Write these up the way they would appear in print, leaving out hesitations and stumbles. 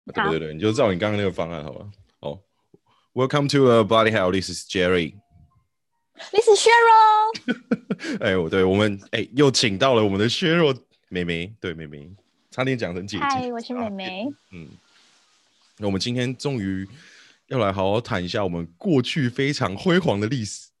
对对对，你就照你刚刚那个方案好了。好 ，Welcome to Body Health. This is Jerry. This is Cheryl. 哎，对，我们又请到了我们的削弱妹妹，对妹妹，差点讲成姐姐。 嗨，我是妹妹。 那我们今天终于要来好好谈一下我们过去非常辉煌的历史。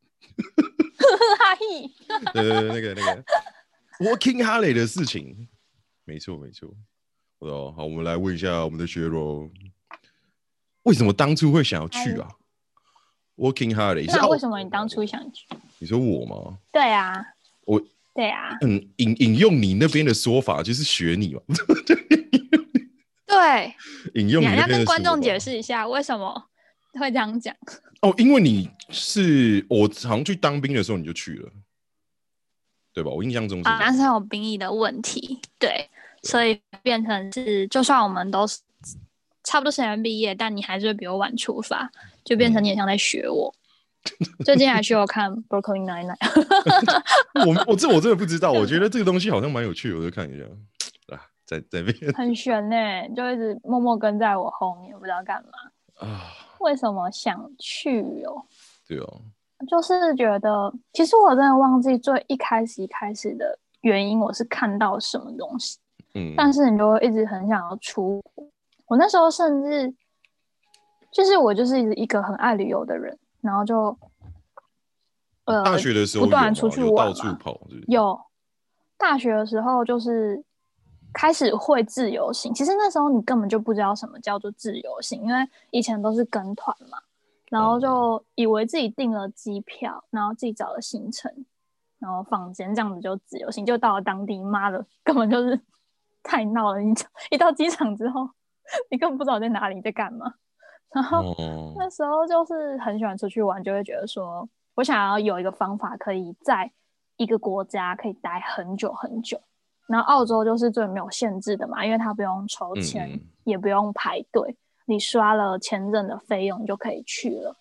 对，那个 Working Holiday 的事情，没错。好，我们来问一下我们的削弱，为什么当初会想要去啊？Working Holiday， 那为什么你当初想去？ 你说我吗？ 对啊，对啊， 引用你那边的说法，就是学你嘛。 对， 引用你那边的说法， 你要跟观众解释一下为什么会这样讲。 哦，因为我好像去当兵的时候你就去了，对吧？我印象中是那是有兵役的问题，对，所以变成是，就算我们都是差不多时间毕业，但你还是会比我晚出发，就变成你很像在学我。最近还学我看 Brooklyn Nine-Nine。 我真的不知道，我觉得这个东西好像蛮有趣的，我就看一下啊，在那边很悬欸，就一直默默跟在我后面，不知道干嘛啊。为什么想去哦？ 对哦， 就是觉得，其实我真的忘记最一开始的原因，我是看到什么东西，但是你就会一直很想要出国。我那时候甚至就是我就是一个很爱旅游的人，然后就大学的时候不断出去玩嘛， 到处跑是不是？ 有大学的时候就是开始会自由行，其实那时候你根本就不知道什么叫做自由行，因为以前都是跟团嘛，然后就以为自己订了机票，然后自己找了行程，然后房间，这样子就自由行，就到了当地，妈的，根本就是太闹了！你一到机场之后，你根本不知道在哪里，在干嘛。然后那时候就是很喜欢出去玩，就会觉得说我想要有一个方法可以在一个国家可以待很久很久。然后澳洲就是最没有限制的嘛，因为它不用抽签，也不用排队，你刷了签证的费用你就可以去了。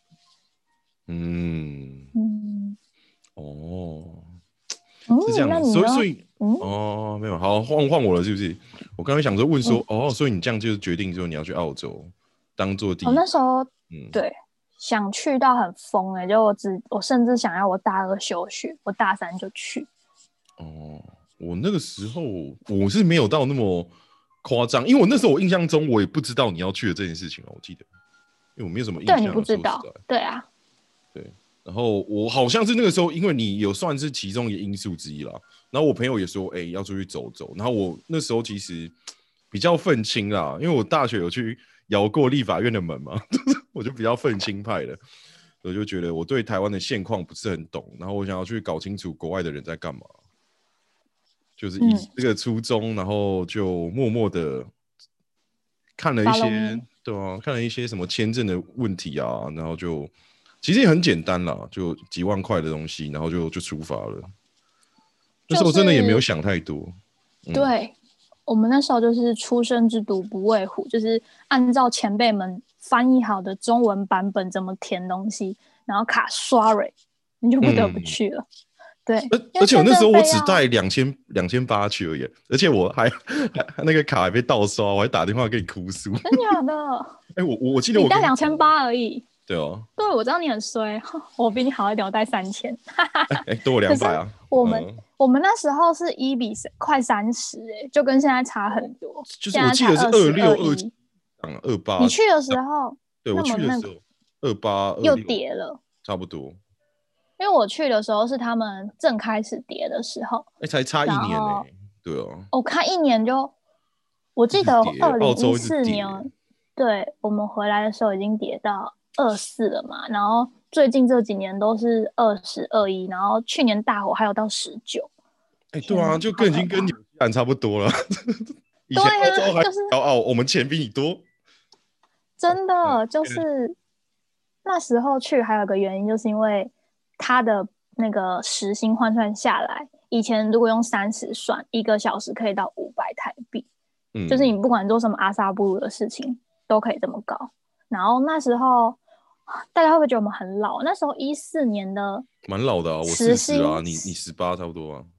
是这样。 那你呢？ 所以没有，好，换我了，是不是？我刚才想说问说，所以你这样就决定说你要去澳洲当做第一。 那时候对，想去到很疯欸，就我甚至想要我大2休学，我大3就去。 我那个时候我是没有到那么夸张，因为我那时候我印象中我也不知道你要去的这件事情我记得，因为我没有什么印象。 对，你不知道，对啊， 对。然后我好像是那个时候，因为你有算是其中一个因素之一啦。然后我朋友也说，要出去走走。然后我那时候其实比较愤青啦，因为我大学有去摇过立法院的门嘛，我就比较愤青派的。我就觉得我对台湾的现况不是很懂，然后我想要去搞清楚国外的人在干嘛。就是以这个初衷，然后就默默的看了一些，对啊，看了一些什么签证的问题啊，然后就其实也很简单啦，就几万块的东西，然后就出发了。那时候真的也没有想太多。 对，我们那时候就是初生之犊不畏虎，就是按照前辈们翻译好的中文版本怎么填东西，然后卡刷蕊，你就不得不去了。对， 而且我那时候我只带2800去而已，而且我还那个卡还被盗刷，我还打电话给你哭诉。 真假的？ 我记得我带2800而已。 对哦， 对，我知道你很衰，我比你好一点，我带3000。 多我200啊。 我们那时候是1比快30，就跟现在差很多。 就是我记得是26、28。 你去的时候， 对，我去的时候28、26 又跌了， 差不多。 因为我去的时候是他们正开始跌的时候， 才差1年对啊。 我看1年就，我记得2014年，对，我们回来的时候已经跌到24了嘛，然后最近这几年都是20、21，然后去年大火还有到19。 对啊，就已经跟纽西兰差不多了。以前欧洲还骄傲，我们钱比你多。 真的就是那时候去还有个原因，就是因为它的那个时薪换算下来，以前如果用30算，1个小时可以到500台币。就是你不管做什么阿萨布鲁的事情都可以这么高。然后那时候大家会不会觉得我们很老？那时候14年的蛮老的啊，我40啊，你18差不多啊。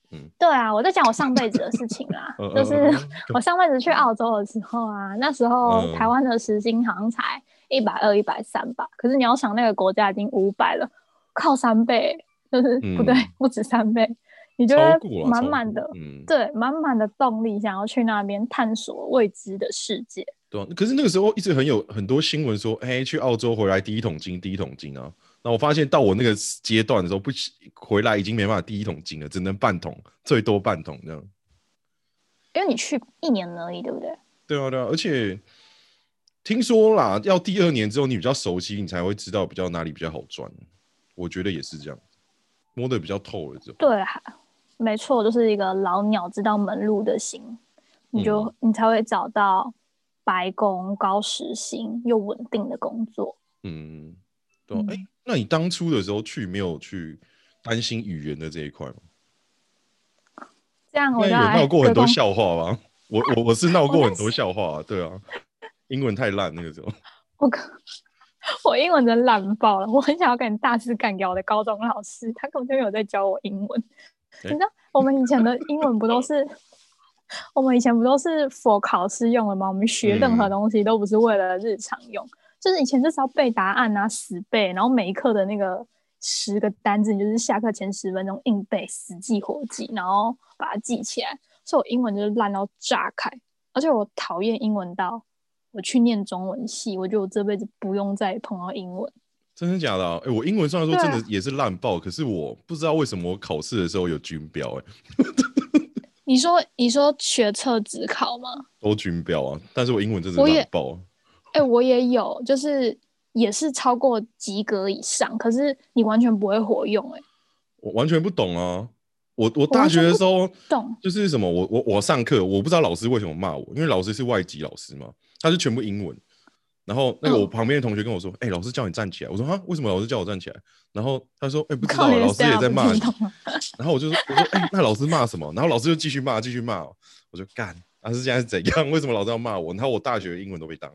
对啊，我在讲我上辈子的事情啦，就是我上辈子去澳洲的时候啊，那时候台湾的时薪好像才120、130吧，可是你要想那个国家已经500了，靠3倍，就是不对，不止3倍，你就会满满的，对，满满的动力想要去那边探索未知的世界。 对啊，可是那个时候一直很多新闻说，哎，去澳洲回来第一桶金啊。那我发现到我那个阶段的时候，不回来已经没办法第一桶金了，只能半桶，最多半桶这样。 因为你去1年而已，对不对？ 对啊，对啊，而且听说啦，要第2年之后你比较熟悉，你才会知道比较哪里比较好赚。我觉得也是这样，摸得比较透了之后。 对，没错，就是一个老鸟知道门路的心，你才会找到白工、高时薪又稳定的工作。 对啊，那你当初的时候没有去担心语言的这一块吗？ 这样我就有闹过很多笑话吧？我是闹过很多笑话，对啊，英文太烂那个时候。 我英文真的烂爆了，我很想要跟你大肆干掉我的高中老师，他根本就没有在教我英文。你知道我们以前的英文不都是我们以前不都是 for 考试用的吗？我们学任何东西都不是为了日常用，就是以前就是要背答案啊，死背，然后每一课的那个10个单字，你就是下课前10分钟硬背，死记活记，然后把它记起来。所以我英文就是烂到炸开，而且我讨厌英文到我去念中文系，我觉得我这辈子不用再碰到英文。 真的假的啊？我英文虽然说真的也是烂爆，可是我不知道为什么我考试的时候有均标。 你说学测指考吗？ 都均标啊，但是我英文真的烂爆啊。 我也有，就是也是超过及格以上，可是你完全不会活用。 我完全不懂啊。我大学的时候就是什么，我上课我不知道老师为什么骂我，因为老师是外籍老师嘛，他是全部英文。然后那个我旁边的同学跟我说：“老师叫你站起来。”我说：“啊，为什么老师叫我站起来？”然后他说：“不知道，老师也在骂你。”然后我说：“那老师骂什么？”然后老师就继续骂。我就干，老师现在是怎样？为什么老师要骂我？然后我大学的英文都被当，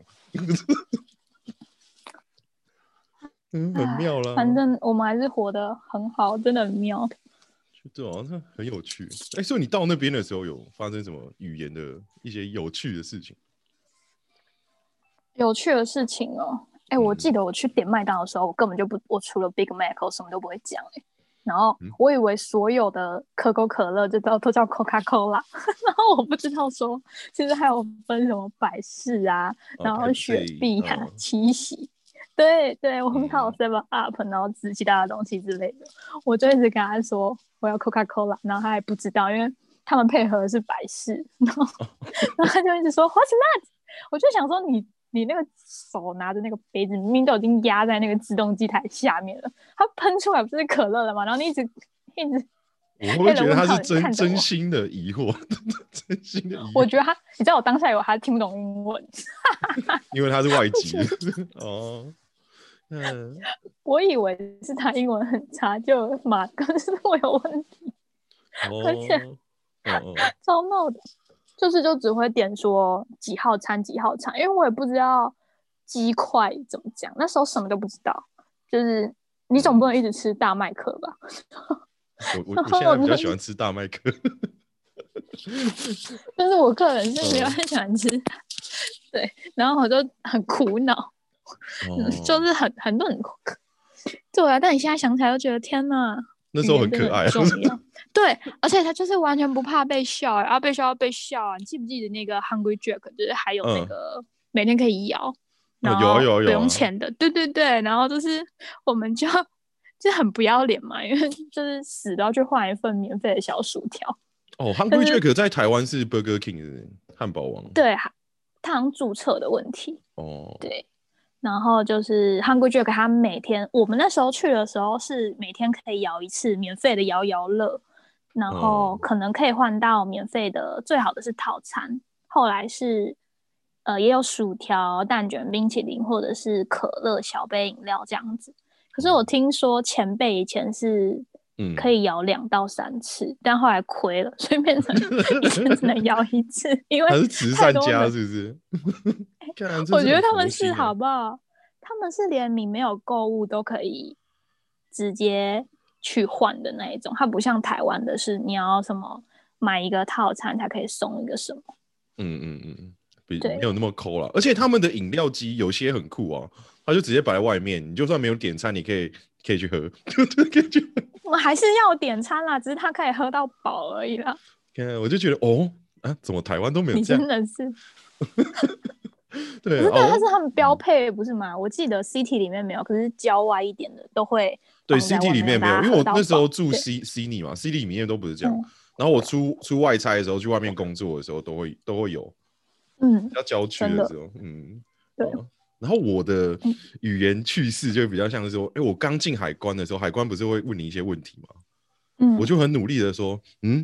很妙啦。 反正我们还是活得很好，真的很妙。 对啊，那很有趣。所以你到那边的时候有发生什么语言的一些有趣的事情？ 有趣的事情哦，我记得我去点麦当劳的时候，我根本就不，我除了 Big Mac 我什么都不会讲。然后我以为所有的可口可乐就都叫 Coca-Cola， 然后我不知道说其实还有分什么百事啊，然后雪碧啊、七喜，对，我们还有 7 Up， 然后其他的东西之类的，我就一直跟他说我要 Coca-Cola， 然后他还不知道，因为他们配合的是百事，然后他就一直说 What's that？ 我就想说你那个手拿着那个杯子，明明都已经压在那个自动机台下面了，它喷出来不是可乐了吗？然后你一直， 我会不会觉得他是真心的疑惑？真心的疑惑。 我觉得他，你知道我当下以为他听不懂英文， 因为他是外籍的哦。 我以为是他英文很差，就马可是我有问题，而且超闹的。就只会点说几号餐，因为我也不知道鸡块怎么讲，那时候什么都不知道。就是你总不能一直吃大麦克吧？ 我现在比较喜欢吃大麦克， 但是我个人是没有很喜欢吃。对，然后我就很苦恼，就是很多很对啊。但你现在想起来就觉得天哪！ 那时候很可爱， 重要。对，而且他就是完全不怕被笑，然后被笑你记不记得那个 Hungry Jack， 就是还有那个每天可以摇，然后不用钱的，对，然后就是我们就很不要脸嘛，因为就是死都要去换一份免费的小薯条。 Hungry Jack 在台湾是 Burger King 的汉堡王， 对，他好像注册的问题。对。然后就是 Hungry Jack， 他每天我们那时候去的时候是每天可以摇一次免费的摇摇乐，然后可能可以换到免费的，最好的是套餐。后来是也有薯条、蛋卷、冰淇淋，或者是可乐、小杯饮料这样子。可是我听说前辈以前是可以摇2到3次，但后来亏了，所以变成一天只能摇1次，因为他是慈善家是不是？ 我觉得他们是好不好？他们是连你没有购物都可以直接去换的那一种，它不像台湾的是你要什么买一个套餐才可以送一个什么。 没有那么抠啦。而且他们的饮料机有些很酷啊，他就直接摆在外面，你就算没有点餐，你可以去喝，可以去喝。 我们还是要点餐啦，只是他可以喝到饱而已啦。 我就觉得怎么台湾都没有你这样？ 真的是。 对， 可是它是他们标配不是吗？我记得 City 里面没有，可是郊外一点的都会对放在 ，CT 外面里面没有，因为我让大家喝到饱。 那时候住 Sydney 嘛，City 里面都不是这样。然后我出外差的时候，去外面工作的时候，都会有。比较郊区的时候， 对。 然后我的语言趣事就比较像是说，我刚进海关的时候，海关不是会问你一些问题吗？我就很努力的说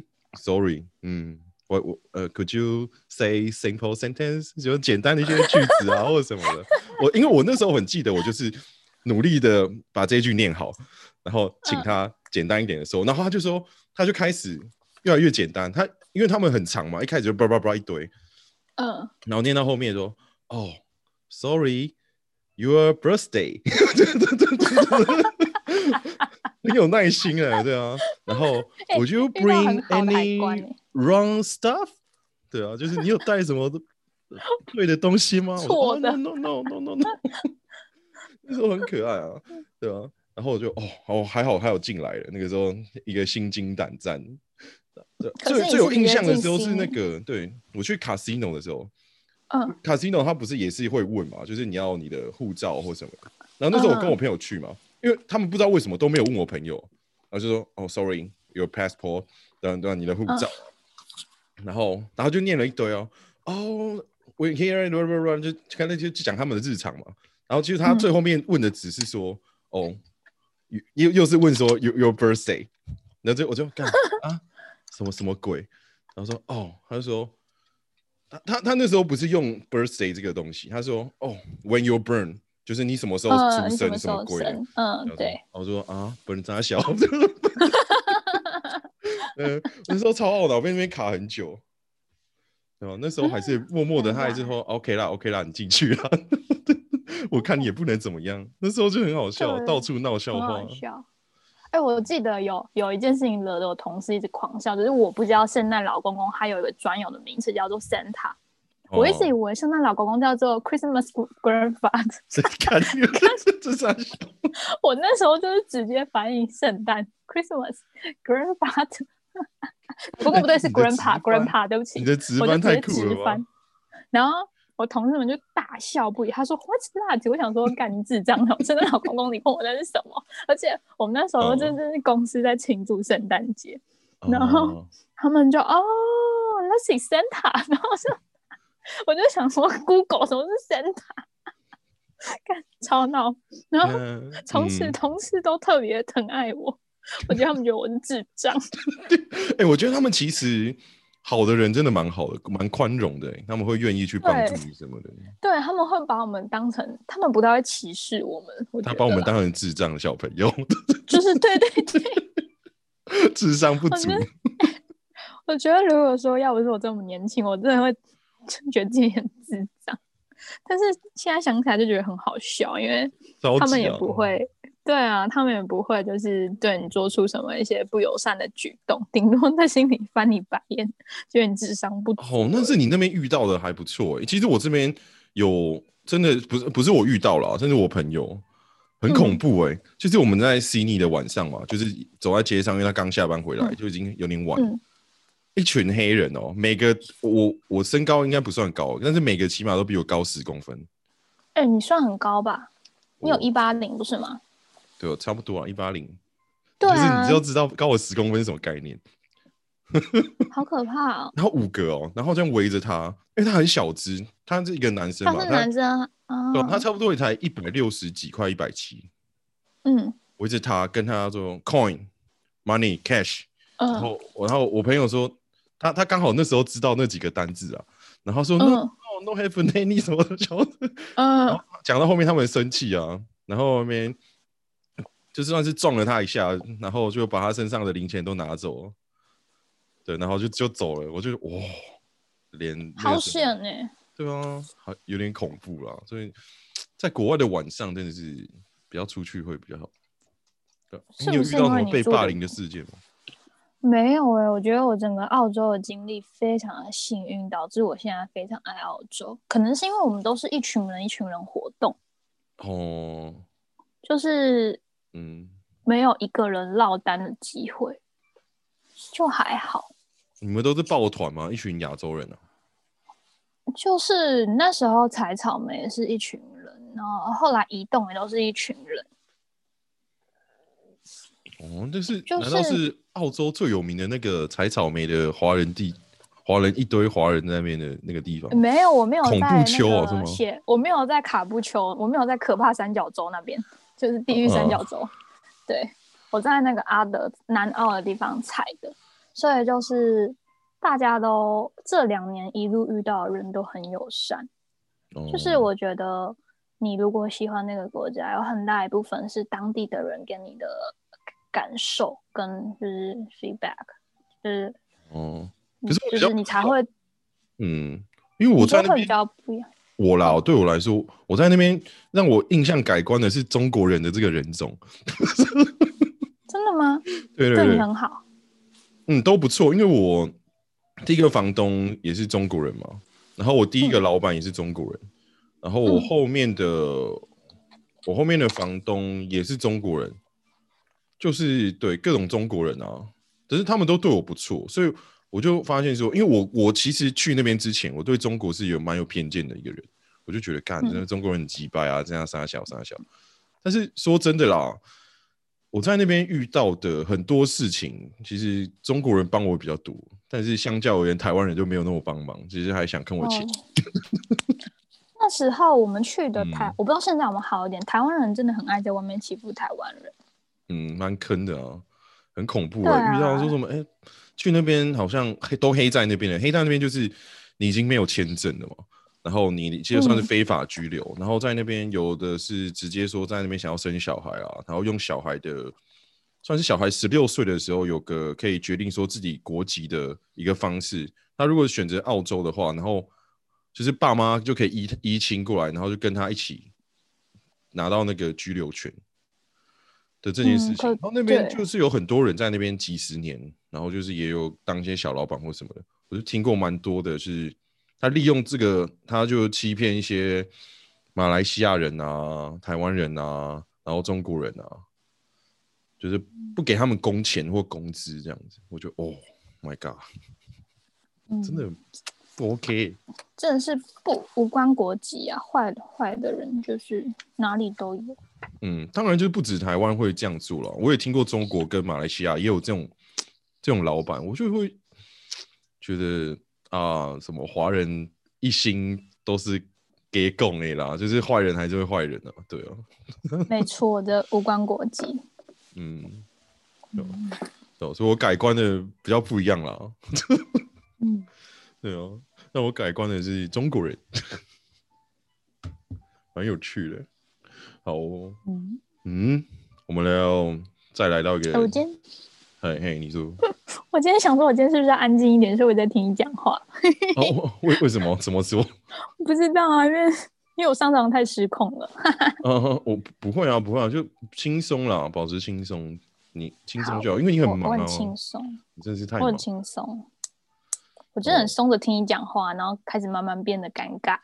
，sorry，could you say simple sentence， 就简单的一些句子啊，或者什么的。因为我那时候很记得，我就是努力的把这一句念好，然后请他简单一点的说，然后他就开始越来越简单。因为他们很长嘛，一开始就叭叭叭一堆，然后念到后面说，sorry，your birthday， 很有耐心啊，对啊。然后，would you bring any wrong stuff？ 对啊，就是你有带什么对的东西吗？我说错的。 no， 那时候很可爱啊，对啊。然后我就还好进来了。那个时候一个心惊胆战。最有印象的时候是那个，对，我去 casino 的时候。casino 他不是也是会问嘛，就是你要你的护照或什么。然后那时候我跟我朋友去嘛，因为他们不知道为什么都没有问我朋友，然后就说sorry，your passport， 对，你的护照。然后就念了一堆we're here， 就刚才就讲他们的日常嘛。然后其实他最后面问的只是说又是问说 your birthday， 然后我就干什么鬼？然后说他就说。他那时候不是用 birthday 这个东西，他说when you're born， 就是你什么时候出生，什么鬼的。 对。 我说本咋小？那时候超懊恼，被那边卡很久。对吧？那时候还是默默的，他还是说 OK 啦，你进去啦。我看你也不能怎么样。那时候就很好笑，到处闹笑话。 我记得有一件事情惹得我同事一直狂笑，就是我不知道圣诞老公公还有一个专有的名词叫做 Santa，我一直以为圣诞老公公叫做 Christmas Grandfather。 谁看这傻笑？ 我那时候就是直接翻译圣诞 Christmas Grandfather。不过不对，是 Grandpa， 对不起， 你的直翻太酷了吧？ 然后我同事们就大笑不已，他说 What's that？ 我想说干你智障哦，圣诞老公公你问我那是什么？而且我们那时候真的是公司在庆祝圣诞节，然后他们就Let's see Santa， 然后我就想说 Google 什么是 Santa， 干超闹，然后从此同事都特别疼爱我。我觉得他们觉得我是智障。 我觉得他们其实好的人真的蛮好的，蛮宽容的，他们会愿意去帮助你什么的。 对，他们会把我们当成，他们不太会歧视我们。 他把我们当成智障的小朋友。 就是对， 智商不足。 我觉得如果说要不是我这么年轻，我真的会觉得自己很智障。但是现在想起来就觉得很好笑，因为他们也不会。对啊，他们也不会就是对你做出什么一些不友善的举动，顶多在心里翻你白眼，觉得你智商不足。 那是你那边遇到的还不错。其实我这边有真的不是我遇到了，甚至我朋友很恐怖就是我们在悉尼的晚上嘛，就是走在街上，因为他刚下班回来，就已经有点晚。一群黑人每个我身高应该不算高，但是每个起码都比我高10公分。 你算很高吧？你有180不是吗？ 对，差不多180。 对啊， 就是你就知道高我10公分是什么概念。 好可怕哦！ 然后5个然后这样围着他，因为他很小只，他是一个男生嘛， 他是男生对，他差不多也才160几，快170。围着他跟他说 coin money cash。然后我朋友说他刚好那时候知道那几个单字啊，然后说 no have any 什么的，然后讲到后面他们生气啊，然后后面就算是撞了他一下，然后就把他身上的零钱都拿走了。对，然后就走了。我就哇， 好险对啊，有点恐怖啦。所以在国外的晚上真的是不要出去会比较好。 是你有遇到什不是因为么被霸你住的凌的事件吗？ 没有我觉得我整个澳洲的经历非常的幸运，导致我现在非常爱澳洲。可能是因为我们都是一群人一群人活动， 哦， 就是嗯， 没有一个人落单的机会，就还好。 你们都是抱团吗？一群亚洲人啊？ 就是那时候采草莓是一群人，然后后来移动也都是一群人， 哦，但是难道就是是澳洲最有名的那个采草莓的华人一堆华人在那边的那个地方？ 没有，我没有恐怖在那丘啊，是吗？ 个我没有在卡布丘，我没有在可怕三角洲那边，就是地狱三角洲。对，我在那个阿德南澳的地方采的，所以就是大家都这2年一路遇到的人都很友善。就是哦， 我觉得你如果喜欢那个国家，有很大一部分是当地的人给你的感受跟就是 feedback，就是哦，可是我比较就是你才会嗯，因为我你说会比在那边， 较不一样。 我啦， 嗯， 对我来说，我在那边让我印象改观的是中国人的这个人种。 真的吗？对你对对对， 很好。 都不错。因为我第一个房东也是中国人嘛，然后我第一个嗯老板也是中国人，然后嗯我后面的房东也是中国人，就是对各种中国人啊，可是他们都对我不错，所以我就发现说，因为我其实去那边之前，我对中国是蛮有偏见的一个人，我就觉得干，真嗯的中国人很鸡掰啊，这样傻小傻小。但是说真的啦，我在那边遇到的很多事情，其实中国人帮我比较多，但是相较而言，台湾人就没有那么帮忙，其实还想坑我钱。 哦，那时候我们去的嗯我不知道现在我们好一点。台湾人真的很爱在外面欺负台湾人。 蛮坑的啊，很恐怖对遇到说啊， 什么去那边好像都黑在那边的，黑在那边就是你已经没有签证了嘛，然后你其实算是嗯非法居留，然后在那边有的是直接说在那边想要生小孩啊，然后用小孩的算是小孩16岁的时候有个可以决定说自己国籍的一个方式，他如果选择澳洲的话，然后就是爸妈就可以移亲过来，然后就跟他一起拿到那个居留权。的这件事情，然后那边对， 就是有很多人在那边几十年，然后就是也有当一些小老板或什么的，我就听过蛮多的是，他利用这个，他就欺骗一些马来西亚人啊、台湾人啊，然后中国人啊，就是不给他们工钱或工资这样子，我就哦，My God，真嗯， 的不 OK。 真的是无关国籍啊，坏的人就是哪里都有。 当然就是不止台湾会这样做了，我也听过中国跟马来西亚也有这种老板，我就会觉得什么华人一心都是给拱的啦，就是坏人还是会坏人啊，对啊， 没错的，无关国籍。 嗯，对，所以我改观的比较不一样啦， 嗯对啊，那我改观的是中国人，蛮有趣的，好哦， 嗯， 我们再来到一个， 我今天嘿嘿，你说。 我今天想说，我今天是不是要安静一点，所以我在听你讲话。 哦，为什么？怎么说？ 不知道啊，因为我上场太失控了。 我不会啊，不会啊，就轻松啦，保持轻松，你轻松好， 就好，因为你很我很忙啊， 轻松， 你真的是太我很忙轻松，我真的很哦。 松着听你讲话，然后开始慢慢变得尴尬，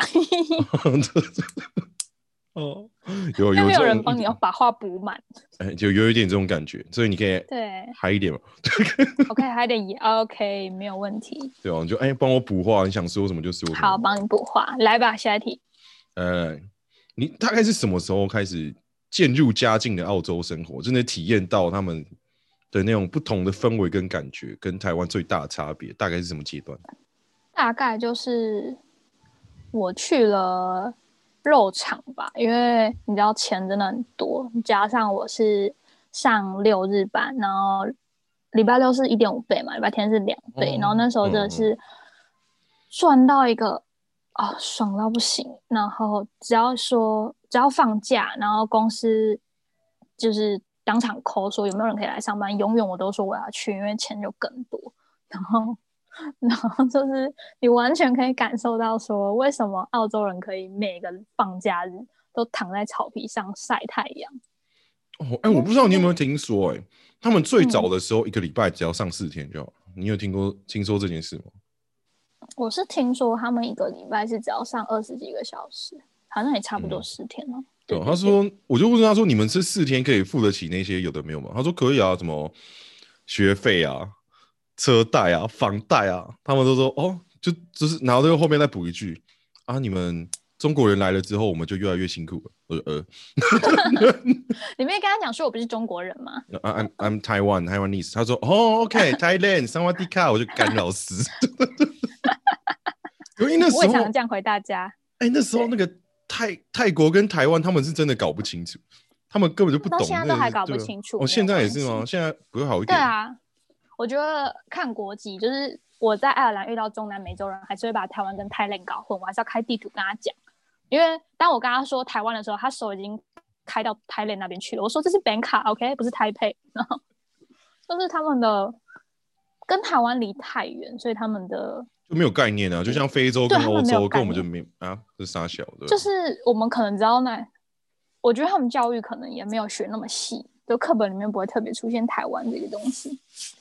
哦，有因为没有有这种人帮你要把话补满。 就有一点这种感觉，所以你可以对嗨一点嘛， ，OK，还得 OK，没有问题。 对吧？你就帮我补话，你想说什么就说什么。 好，帮你补话，来吧，下一题。 呃，你大概是什么时候开始渐入佳境的澳洲生活？真的体验到他们的那种不同的氛围跟感觉，跟台湾最大的差别，大概是什么阶段？ 大概就是我去了肉场吧，因为你知道钱真的很多，加上我是上6日班，然后礼拜六是1.5倍嘛，礼拜天是2倍，然后哦， 那时候真的是赚到一个爽到不行，然后只要放假，然后公司就是当场扣说有没有人可以来上班，永远我都说我要去，因为钱就更多，然后就是你完全可以感受到说，为什么澳洲人可以每个放假日都躺在草皮上晒太阳。 哦，我不知道你有没有听说，他们最早的时候一个礼拜只要上4天就好，你有听说这件事吗？ 我是听说他们一个礼拜是只要上20几个小时，好像也差不多10天了。 对，他说，我就问他说，你们这4天可以付得起那些有的没有吗？他说可以啊，什么学费啊、车贷啊、房贷啊，他们都说哦，就是然后最后后面再补一句啊，你们中国人来了之后，我们就越来越辛苦了。我说你没跟他讲说我不是中国人吗 ？I'm Taiwanese。他说哦，OK，Thailand，萨瓦迪卡，我就干老师。因为那时候我也想这样回大家。 那时候那个泰国跟台湾，他们是真的搞不清楚，他们根本就不懂。 到现在都还搞不清楚。 现在也是吗？现在不会好一点？ 对啊，我觉得看国籍，就是我在爱尔兰遇到中南美洲人，还是会把台湾跟泰 a 搞混，我还是要开地图跟他讲。因为当我跟他说台湾的时候，他手已经开到泰 a 那边去了。我说这是 Bangkok，OK， 不是台北。然后就是他们的跟台湾离太远，所以他们的就没有概念啊。就像非洲跟欧洲，跟我们就没啊，是傻小的。 就是我们可能知道我觉得他们教育可能也没有学那么细，就课本里面不会特别出现台湾这个东西。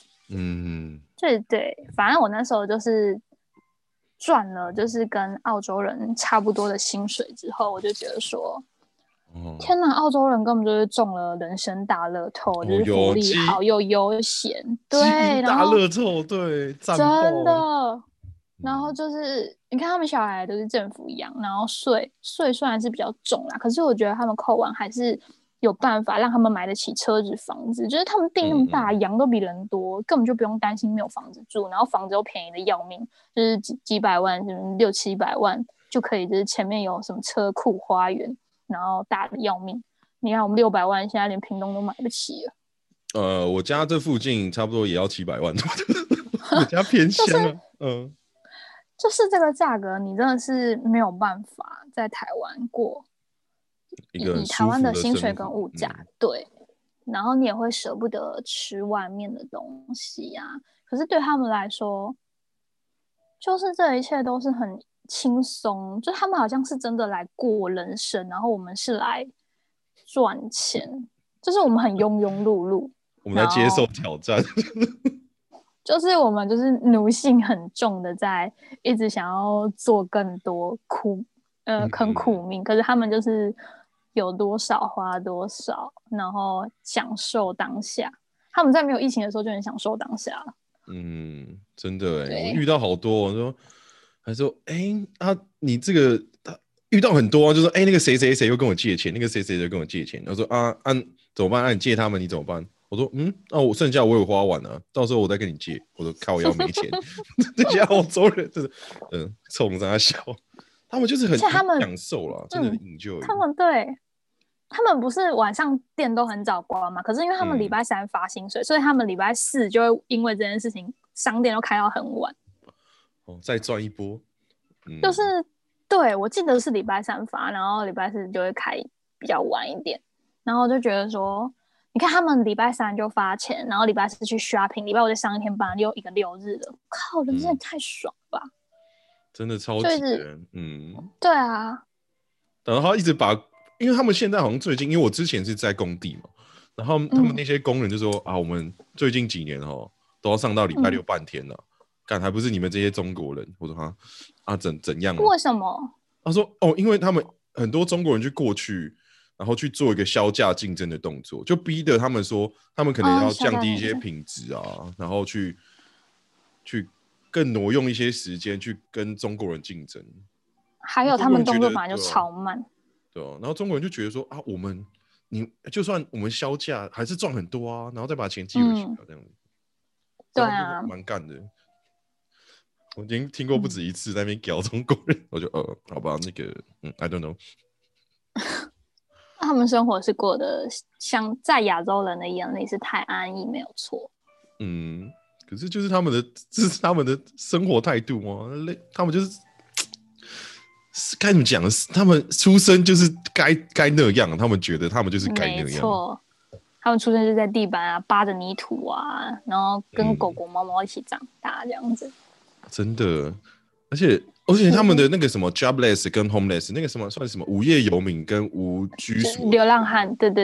对，反正我那时候就是赚了，就是跟澳洲人差不多的薪水之后，我就觉得说，天哪，澳洲人根本就是中了人生大乐透，就是福利好又悠闲，对， 大乐透，对， 真的。然后就是你看他们小孩都是政府养，然后税虽然是比较重啦，可是我觉得他们扣完还是有办法让他们买得起车子房子，就是他们地那么大，羊都比人多，根本就不用担心没有房子住，然后房子又便宜的要命，就是几百万600-700万就可以，就是前面有什么车库花园，然后大的要命。你看我们600万现在连屏东都买不起了。 我家这附近差不多也要700万，我家偏乡啊。 就是这个价格，你真的是没有办法在台湾过以台湾的薪水跟物价，对，然后你也会舍不得吃外面的东西啊。可是对他们来说，就是这一切都是很轻松，就他们好像是真的来过人生，然后我们是来赚钱，就是我们很庸庸碌碌， 我们在接受挑战。 就是我们就是奴性很重的，在一直想要做更多啃苦命，可是他们就是有多少花多少，然后享受当下。他们在没有疫情的时候就很享受当下了。 真的我遇到好多，他说你这个遇到很多，就说那个谁谁谁又跟我借钱，那个谁谁谁跟我借钱，他说怎么办？你借他们你怎么办？我说我剩下我有花完了，到时候我再跟你借。我说靠腰没钱，这些澳洲人真的冲他笑，他们就是很享受啦，真的很enjoy。 他们不是晚上店都很早关嘛？可是因为他们礼拜3发薪水，所以他们礼拜4就会因为这件事情，商店都开到很晚。 再赚一波。 就是对，我记得是礼拜3发，然后礼拜4就会开比较晚一点，然后我就觉得说。你看他们礼拜3就发钱，然后礼拜4去 shopping， 礼拜5再上一天班，又一个6日了，靠，人真的太爽了吧！ 真的超级的， 对啊。 然后他一直因为他们现在好像最近，因为我之前是在工地嘛，然后他们那些工人就说我们最近几年都要上到礼拜6半天了，还不是你们这些中国人？我说怎样？ 为什么？ 他说因为他们很多中国人就过去。然后去做一个销价竞争的动作，就逼得他们说，他们可能要降低一些品质啊，然后去更挪用一些时间去跟中国人竞争。 还有他们动作本来就超慢， 对啊。然后中国人就觉得说你就算我们销价还是赚很多啊，然后再把钱寄回去这样子。 对啊， 蛮干的。我已经听过不止一次在那边屌中国人，我就好吧，那个I don't know。 他们生活是过得像在亚洲人的眼里是太安逸，没有错。 可是就是这是他们的生活态度吗？他们就是该怎么讲？他们出生就是该那样，他们觉得他们就是该那样。没错，他们出生就在地板啊，扒着泥土啊，然后跟狗狗、猫猫一起长大这样子。 真的，而且他们的那个什么 jobless 跟 homeless 那个什么算什么无业游民跟无居所流浪汉，对对对，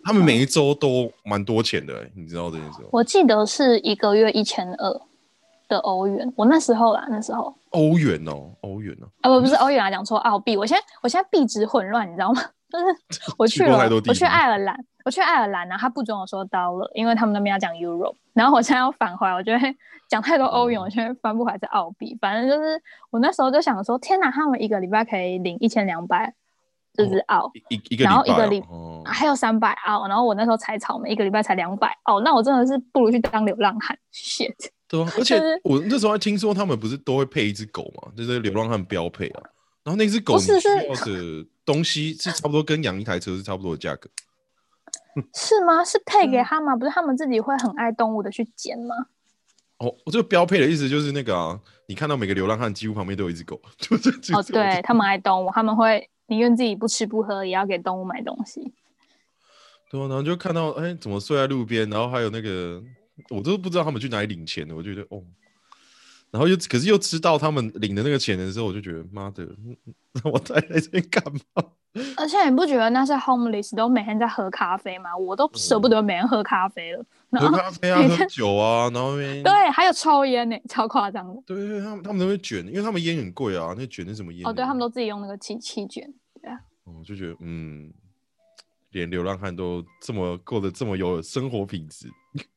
他们每一周都蛮多钱的、你知道这件事吗？ 我记得是1个月1200的欧元。我那时候啦，那时候欧元哦，欧元哦， 不是欧元啊，讲错澳币。我现在币值混乱，你知道吗？就是我去过太多地方， 我去爱尔兰，然后他不准我说 dollar，因为他们那边要讲 euro。然后我现在要返回来，我就会讲太多欧元，我就会翻不回来是澳币。反正就是我那时候就想说，天哪，他们一个礼拜可以领1200，就是澳， 一个然后礼拜还有300澳，然后我那时候采草莓一个礼拜才200澳，那我真的是不如去当流浪汉 ，shit。 对啊，而且我那时候还听说他们不是都会配一只狗嘛，就是流浪汉标配啊。然后那只狗你需要的东西是差不多跟养一台车是差不多的价格。 是吗？是配给他吗？不是他们自己会很爱动物的去捡吗？ 哦，我这个标配的意思就是那个啊，你看到每个流浪汉几乎旁边都有一只狗， 哦，对，他们爱动物，他们会宁愿自己不吃不喝，也要给动物买东西。 对啊，然后就看到怎么睡在路边，然后还有那个我都不知道他们去哪里领钱的，我觉得哦，然后可是又知道他们领的那个钱的时候，我就觉得妈的，我在这边干嘛？ 而且你不觉得那些 homeless 都每天在喝咖啡吗？我都舍不得每天喝咖啡了。 喝咖啡啊，喝酒啊，然后对，还有抽烟呢，超夸张的。 对，他们都会卷，因为他们烟很贵啊，那卷是什么烟？ 哦，对，他们都自己用那个气卷。对啊。 我就觉得连流浪汉都过得这么有生活品质。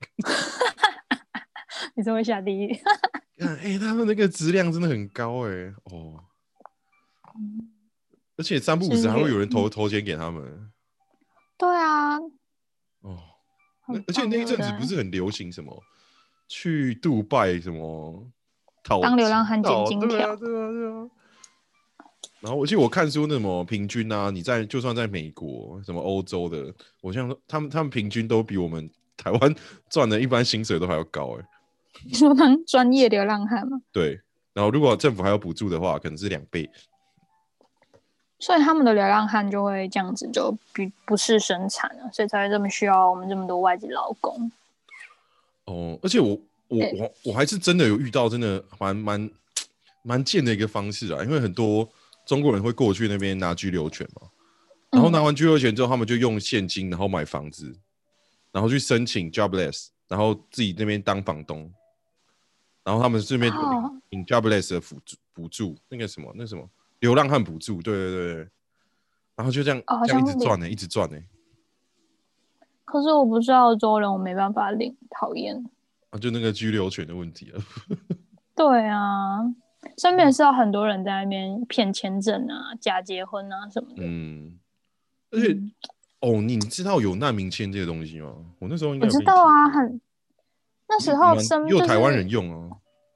你真会下地狱。 他们那个质量真的很高而且3不5时还会有人投钱给他们。 对啊。 而且那一阵子不是很流行什么去杜拜什么当流浪汉捡金条。 对啊。然后我记得我看书那什么平均啊，就算在美国什么欧洲的，我像他们平均都比我们台湾赚的一般薪水都还要高你说当专业流浪汉吗？ 对，然后如果政府还有补助的话，可能是2倍。 所以他们的流浪汉就会这样子，就不是生产了，所以才会这么需要我们这么多外籍劳工。 而且我还是真的有遇到真的蛮贱的一个方式啊，因为很多中国人会过去那边拿居留权嘛，然后拿完居留权之后，他们就用现金，然后买房子，然后去申请 jobless， 然后自己那边当房东，然后他们顺便领 jobless 的补助，那什么流浪汉补助，对，然后就这样一直赚一直赚可是我不是澳洲人，我没办法领，讨厌。 就那个居留权的问题了。 对啊，身边是有很多人在那边骗签证啊、假结婚啊什么的。 而且你知道有难民签这个东西吗？我那时候应该我知道啊，那时候也有台湾人用啊。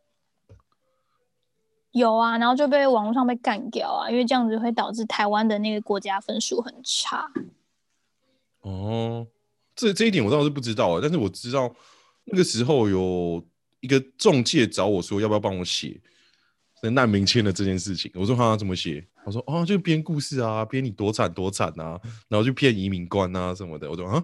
有啊，然后就被网络上被干掉啊，因为这样子会导致台湾的那个国家分数很差。 这一点我倒是不知道但是我知道那个时候有一个仲介找我说要不要帮我写难民签的这件事情。我说他怎么写？我说就编故事啊，编你多惨多惨啊，然后就骗移民官啊什么的。我说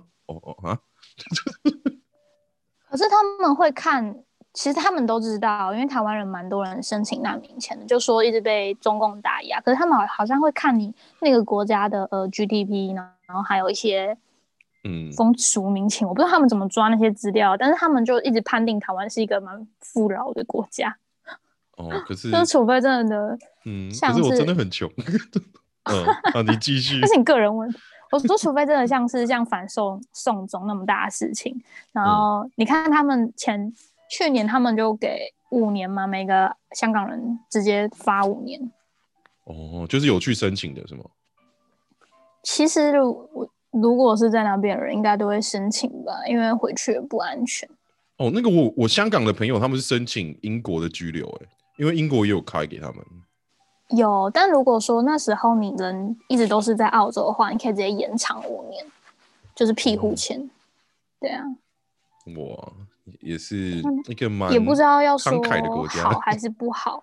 可是他们会看，其实他们都知道，因为台湾人蛮多人申请难民签的，就说一直被中共打压。可是他们好像会看你那个国家的GDP 呢，然后还有一些风俗民情，我不知道他们怎么抓那些资料，但是他们就一直判定台湾是一个蛮富饶的国家。 可是就是除非真的可是我真的很穷。你继续。 那是你个人问题。我说，除非真的像反送中那么大的事情，然后你看他们去年他们就给5年嘛，每个香港人直接发5年。 就是有去申请的是吗？ 其实如果是在那边的人，应该都会申请吧，因为回去也不安全。 那个我香港的朋友他们是申请英国的居留因为英国也有开给他们。 有，但如果说那时候你人一直都是在澳洲的话，你可以直接延长5年，就是庇护签。对啊。 哇，也是一个蛮也不知道要说慷慨的国家， 好还是不好，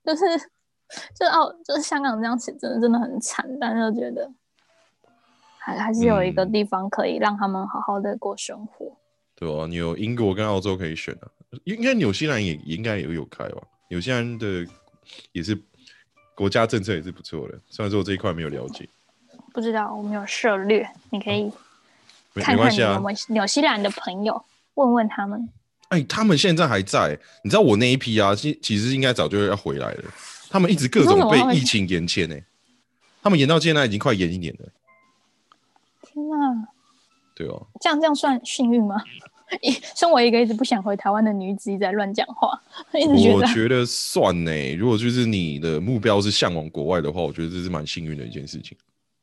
就是香港这样写真的很惨，但是觉得还是有一个地方可以让他们好好的过生活。 对啊，你有英国跟澳洲可以选应该纽西兰也应该也有开吧？纽西兰的也是国家政策也是不错的，虽然说我这一块没有了解。 不知道，我没有涉猎，你可以看看你有没关系啊。 没有纽西兰的朋友，问问他们。 哎，他们现在还在，你知道我那一批啊，其实应该早就要回来了，他们一直各种被疫情延签他们延到现在已经快延1年了。 天哪！ 对哦， 这样算幸运吗？身为一个一直不想回台湾的女子，一直在乱讲话， 我觉得算呢。如果就是你的目标是向往国外的话，我觉得这是蛮幸运的一件事情。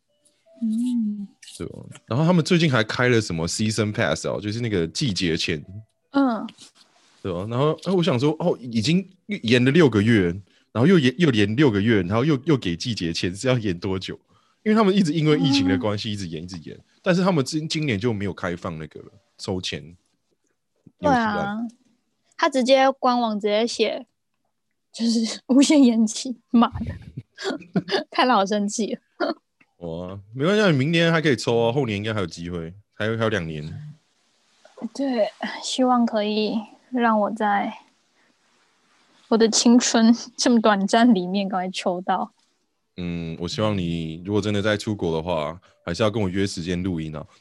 对吧？然后他们最近还开了什么 Season Pass 就是那个季节签。对吧？然后我想说，已经延了6个月，然后又延6个月，然后又给季节签，是要延多久？因为他们一直因为疫情的关系一直延，但是他们今年就没有开放那个了抽签。 对啊，他直接官网直接写就是无限延期，妈的，看到我生气了。 哇，没关系，你明年还可以抽啊，后年应该还有机会，还有2年。对， 希望可以让我在我的青春这么短暂里面赶快抽到。 我希望你如果真的在出国的话，还是要跟我约时间录音啊。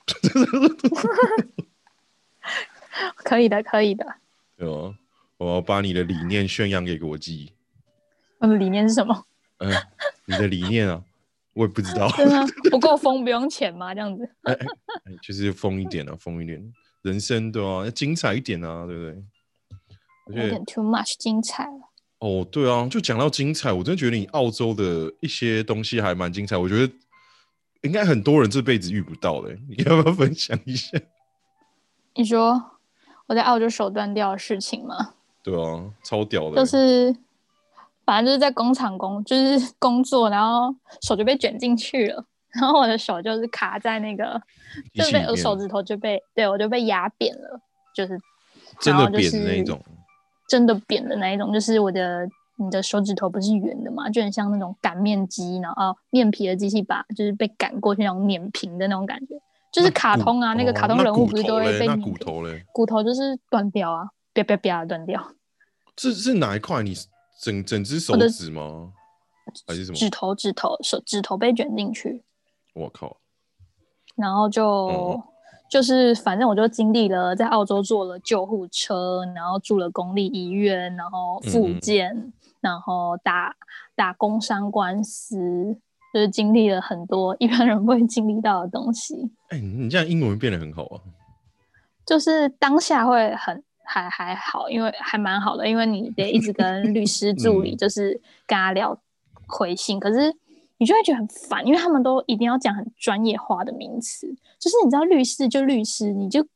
可以的，可以的。 对啊，我要把你的理念宣扬给国际。 我的理念是什么？ 你的理念啊，我也不知道。 真的不够疯，不用钱吗？这样子？ 就是疯一点啊，疯一点，人生对啊，要精彩一点啊，对不对？ 有点 too much 精彩了。 哦，对啊，就讲到精彩，我真的觉得你澳洲的一些东西还蛮精彩，我觉得应该很多人这辈子遇不到的，你要不要分享一下？你说我在澳洲手断掉的事情吗？ 对啊，超屌的， 就是反正就是在工厂就是工作，然后手就被卷进去了，然后我的手就是卡在那个，就是被我手指头我就被压扁了，就是真的扁的那一种。 真的扁的那一种，就是你的手指头不是圆的嘛，就很像那种擀面机，然后面皮的机器把就是被擀过去那种碾平的那种感觉，就是卡通啊，那个卡通人物不是都会被那骨头嘞？ 骨头就是断掉啊，啪啪啪断掉。 这是哪一块？你整只手指吗？还是什么？ 指头被卷进去。 我靠！ 然后就是反正我就经历了在澳洲坐了救护车，然后住了公立医院，然后复健，然后打工伤官司，就是经历了很多一般人不会经历到的东西。 你这样英文变得很好啊！ 就是当下会还好，因为还蛮好的，因为你得一直跟律师助理就是跟他聊回信，可是你就会觉得很烦，因为他们都一定要讲很专业化的名词，就是你知道律师就律师，你就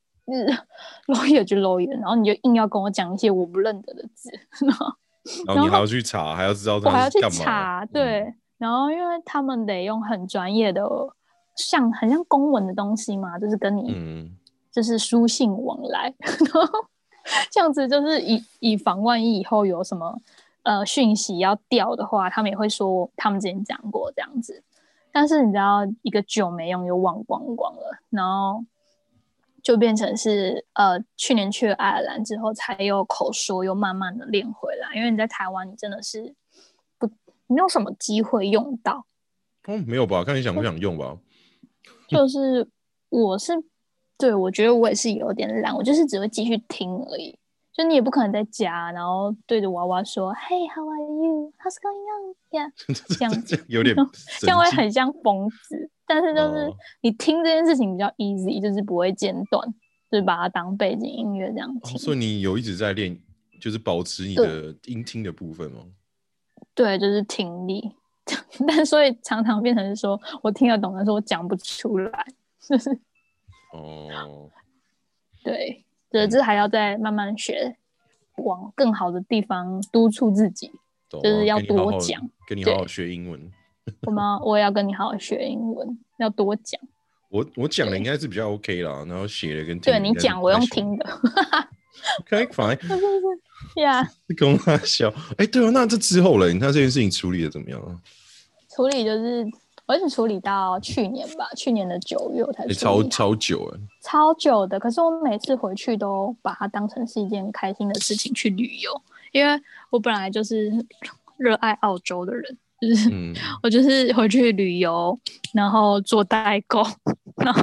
lawyer 就 lawyer， 然后你就硬要跟我讲一些我不认得的字， 然后你还要去查，还要知道他是干嘛， 我还要去查，对，然后因为他们得用很专业的，很像公文的东西嘛，就是跟你就是书信往来，然后这样子就是以防万一以后有什么讯息要调的话，他们也会说他们之前讲过这样子。但是你知道，一个久没用又忘光光了，然后就变成是去年去了爱尔兰之后，才有口说又慢慢的练回来。因为你在台湾，你真的是没有什么机会用到。 没有吧？看你想不想用吧。 就是我觉得我也是有点懒，我就是只会继续听而已。就你也不可能在家，然后对着娃娃说 "Hey, how are you? How's going on?" Yeah， 这样子有点这样会很像疯子。但是就是你听这件事情比较 easy， 就是不会间断，就是把它当背景音乐这样听。 所以你有一直在练，就是保持你的音听的部分吗？ 对，就是听力。但所以常常变成是说我听得懂，但是我讲不出来，就是对。这还要再慢慢学，往更好的地方督促自己，就是要多讲， 跟你好好学英文。 我也要跟你好好学英文，要多讲。 我讲的应该是比较 OK 啦，然后写的跟听的。对你讲，我用听的。 OK fine。 Yeah。 跟他笑。对啊，那这之后呢？你看这件事情处理的怎么样啊？ 处理就是我一直处理到去年吧，去年的9月我才处理。 超久超久的。可是我每次回去都把它当成是一件开心的事情去旅游，因为我本来就是热爱澳洲的人，就是我就是回去旅游，然后做代购，然后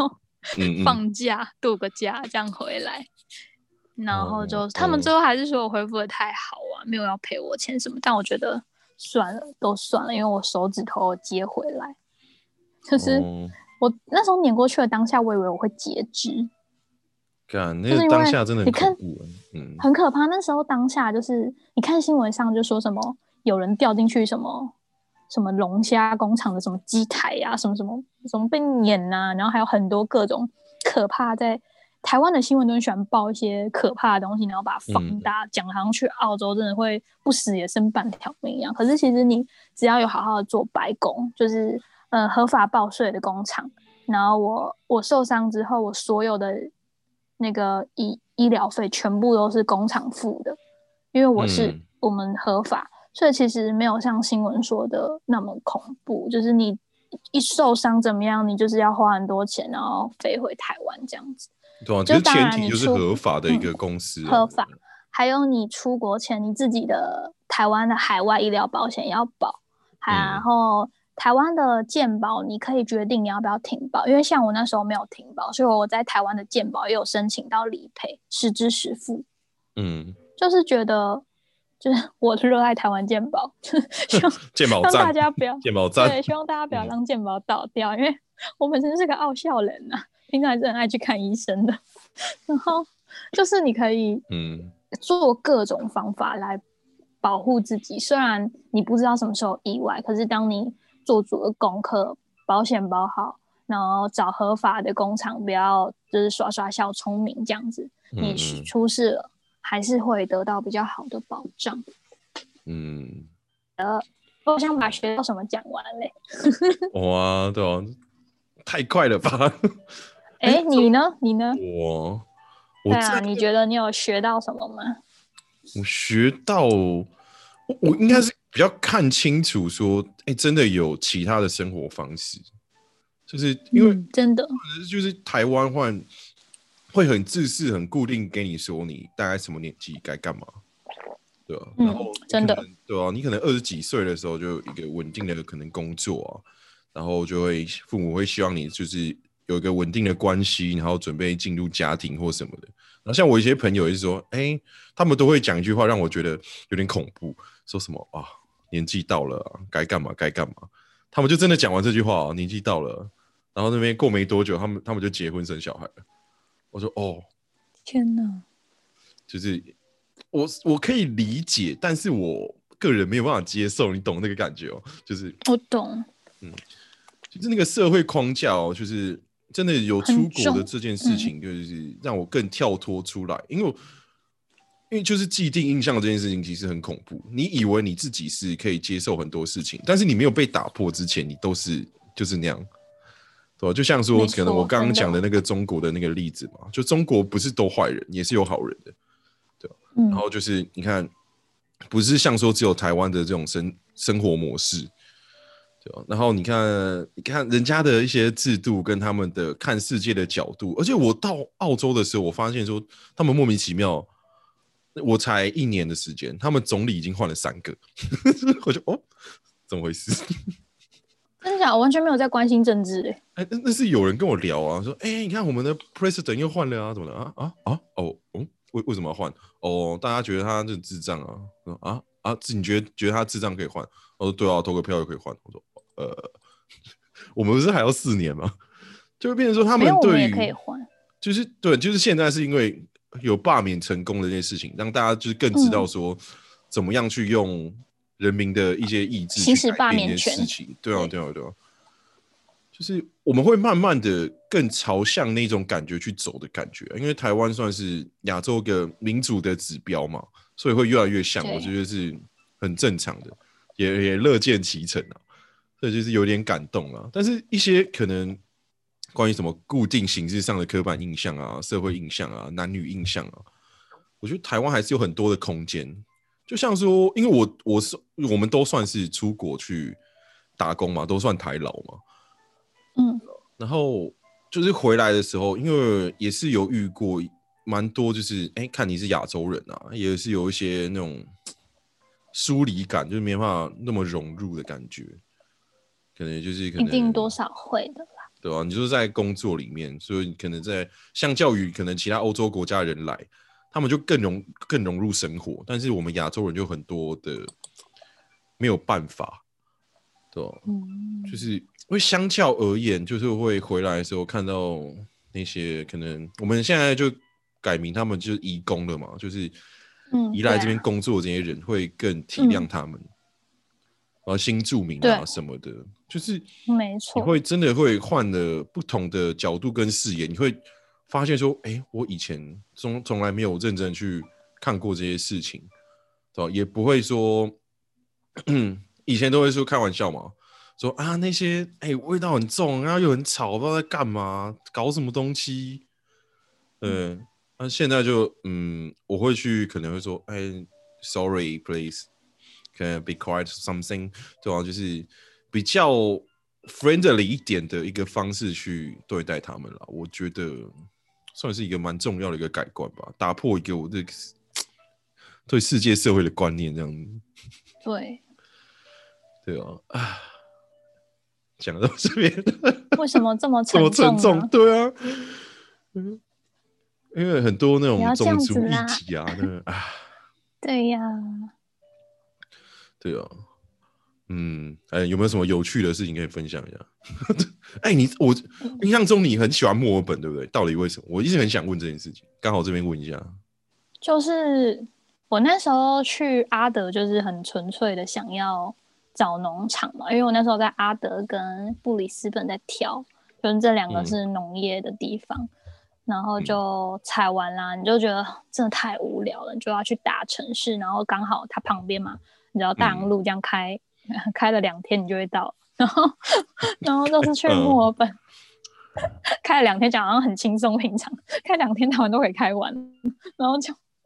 放假度个假这样回来。然后就他们哦最后还是说我恢复的太好啊，没有要赔我钱什么，但我觉得算了，都算了，因为我手指头接回来，就是哦， 我那时候碾过去的当下，我以为我会截肢， 干，那个就是因为当下真的很你看恐怖很可怕。那时候当下就是你看新闻上就说什么有人掉进去什么龙虾工厂的什么机台啊，什么被碾啊，然后还有很多各种可怕在。台湾的新闻都很喜欢报一些可怕的东西，然后把它放大，讲好像去澳洲真的会不死也剩半条命一样。可是其实你只要有好好的做白工，就是合法报税的工厂，然后我受伤之后，我所有的那个医疗费全部都是工厂付的，因为我们合法，所以其实没有像新闻说的那么恐怖。就是你一受伤怎么样，你就是要花很多钱，然后飞回台湾这样子。 对啊，可就是前当然你提就是合法的一个公司啊， 合法，还有你出国前你自己的台湾的海外医疗保险要保，然后台湾的健保你可以决定你要不要停保，因为像我那时候没有停保，所以我在台湾的健保也有申请到理赔，实支实付。就是觉得就是我热爱台湾健保，希望健保让大站， 家不要健保站， 对，希望大家不要让健保倒掉，因为我本身是个傲笑人啊，平常还是很爱去看医生的。然后就是你可以做各种方法来保护自己，虽然你不知道什么时候意外，可是当你做足了功课，保险保好，然后找合法的工厂，不要就是耍耍小聪明这样子，你出事了还是会得到比较好的保障。我想把学到什么讲完嘞。 哇，对啊，太快了吧？ 你呢？你呢？ 我对啊，你觉得你有学到什么吗？ 我学到，我应该是比较看清楚说，真的有其他的生活方式，就是因为真的就是台湾会很自私、很固定，给你说你大概什么年纪该干嘛，对吧？然后真的对啊，你可能20几岁的时候就有一个稳定的可能工作啊，然后父母会希望你就是有一个稳定的关系，然后准备进入家庭或什么的。然后像我一些朋友也是说，他们都会讲一句话让我觉得有点恐怖，说什么啊，年纪到了啊，该干嘛该干嘛。他们就真的讲完这句话啊，年纪到了，然后那边过没多久，他们就结婚生小孩了。我说哦， 天哪， 就是我可以理解，但是我个人没有办法接受，你懂那个感觉哦？就是我懂， 就是那个社会框架哦，就是真的有出国的这件事情，就是让我更跳脱出来，因为就是既定印象这件事情其实很恐怖。你以为你自己是可以接受很多事情，但是你没有被打破之前，你都是就是那样。对吧？就像说，可能我刚刚讲的那个中国的那个例子嘛，就中国不是都坏人，也是有好人的，对吧？然后就是你看，不是像说只有台湾的这种生活模式，对吧？然后你看人家的一些制度跟他们的看世界的角度，而且我到澳洲的时候，我发现说他们莫名其妙，我才1年的时间，他们总理已经换了3个，我就怎么回事？ 真的假的？我完全没有在关心政治那是有人跟我聊啊，说你看我们的 president 又换了啊，怎么的为什么要换？大家觉得他是智障啊，你觉得他智障可以换？我说对啊，投个票就可以换。我说我们不是还要4年吗？就会变成说他们对于没有，我们也可以换， 就是对，就是现在是因为有罢免成功的这件事情，让大家就是更知道说怎么样去用人民的一些意志去改变这件事情。对啊。就是我们会慢慢的更朝向那种感觉去走的感觉，因为台湾算是亚洲一个民主的指标嘛，所以会越来越像，我觉得是很正常的，也乐见其成啊，所以就是有点感动啊。但是一些可能关于什么固定形式上的刻板印象啊、社会印象啊、男女印象啊，我觉得台湾还是有很多的空间。就像说，因为我们都算是出国去打工嘛，都算台劳嘛。然后就是回来的时候，因为也是有遇过蛮多，就是看你是亚洲人啊，也是有一些那种疏离感，就是没办法那么融入的感觉，可能一定多少会的啦。 对吧？你就是在工作里面，所以你可能在相较于可能其他欧洲国家的人来，他们就更融入生活，但是我们亚洲人就很多的没有办法，对吧？就是因为相较而言，就是会回来的时候看到那些可能我们现在就改名他们就是移工了嘛，就是移来这边工作的这些人会更体谅他们，新住民啊什么的，就是没错， 你会真的会换了不同的角度跟视野，你会发现说，我以前从来没有认真去看过这些事情，对吧？也不会说，以前都会说开玩笑嘛，说啊那些味道很重，然后又很吵，不知道在干嘛，搞什么东西，那现在就我会去可能会说，sorry please， 可能 be quiet something， 对吧？就是比较 friendly 一点的一个方式去对待他们了。我觉得算是一个蛮重要的一个改观吧，打破一个我这个对世界社会的观念，这样子。 对， 对啊，讲到这边， 为什么这么这么沉重？ 呢？ 对啊，因为很多那种种族议啦题啊，那对呀， 对啊，有没有什么有趣的事情可以分享一下？我印象中你很喜欢墨尔本，对不对？到底为什么？我一直很想问这件事情，刚好这边问一下。 就是我那时候去阿德，就是很纯粹的想要找农场嘛，因为我那时候在阿德跟布里斯本在挑，就是这2个是农业的地方，然后就采完啦，你就觉得真的太无聊了，你就要去大城市，然后刚好它旁边嘛，你知道大洋路这样开了2天你就会到，然后就是去墨尔本。开了2天，讲好像很轻松平常，开2天台湾都可以开完，然后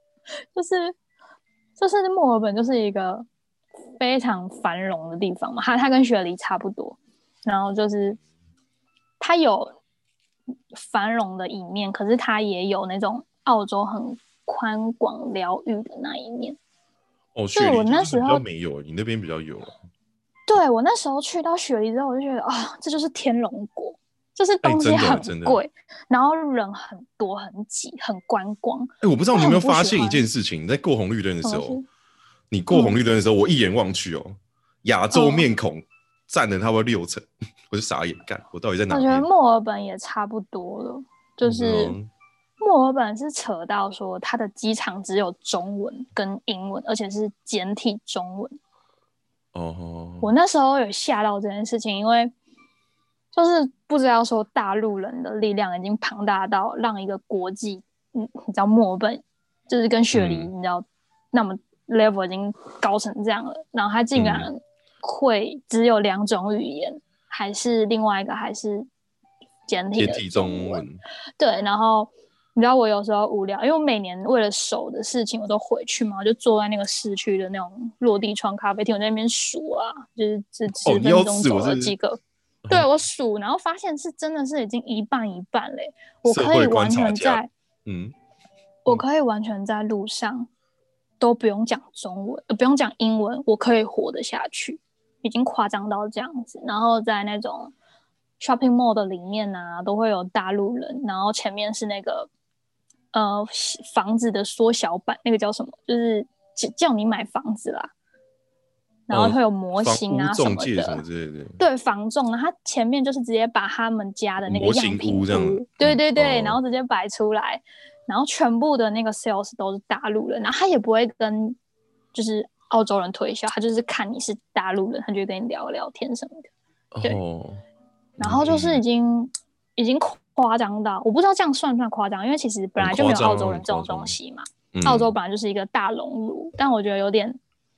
就是墨尔本就是一个非常繁荣的地方嘛，它跟雪梨差不多，然后就是它有繁荣的一面，可是它也有那种澳洲很宽广疗愈的那一面。 雪梨就是比较没有，你那边比较有。 对，我那时候去到雪梨之后，我就觉得这就是天龙国。就是东西很贵，然后人很多很挤很观光。 我不知道你有没有发现一件事情，你在过红绿灯的时候，你过红绿灯的时候，我一眼望去亚洲面孔占了差不多60%，我就傻眼，干我到底在哪边？ 我觉得墨尔本也差不多了，就是墨尔本是扯到说它的机场只有中文跟英文，而且是简体中文。我那时候有吓到这件事情，因为就是不知道说大陆人的力量已经庞大到让一个国际，你知道墨尔本就是跟雪梨，你知道那么 level 已经高成这样了，然后他竟然会只有2种语言，还是另外一个还是简体的中文。对，然后你知道我有时候无聊，因为我每年为了手的事情我都回去嘛，我就坐在那个市区的那种落地窗咖啡厅，我在那边数啊，就是10分钟走了几个。对，我数，然后发现是真的是已经一半嘞。我可以完全在，我可以完全在路上都不用讲中文，不用讲英文，我可以活得下去，已经夸张到这样子。然后在那种 shopping mall 的里面啊，都会有大陆人，然后前面是那个房子的缩小版，那个叫什么？就是叫你买房子啦。然后会有模型啊什么的，对，房仲，然后他前面就是直接把他们家的那个样品屋，对对对，然后直接摆出来，然后全部的那个 sales 都是大陆人，然后他也不会跟就是澳洲人推销，他就是看你是大陆人，他就跟你聊聊天什么的，对，然后就是已经夸张到，我不知道这样算不算夸张，因为其实本来就没有澳洲人这种东西嘛，澳洲本来就是一个大熔炉，但我觉得有点，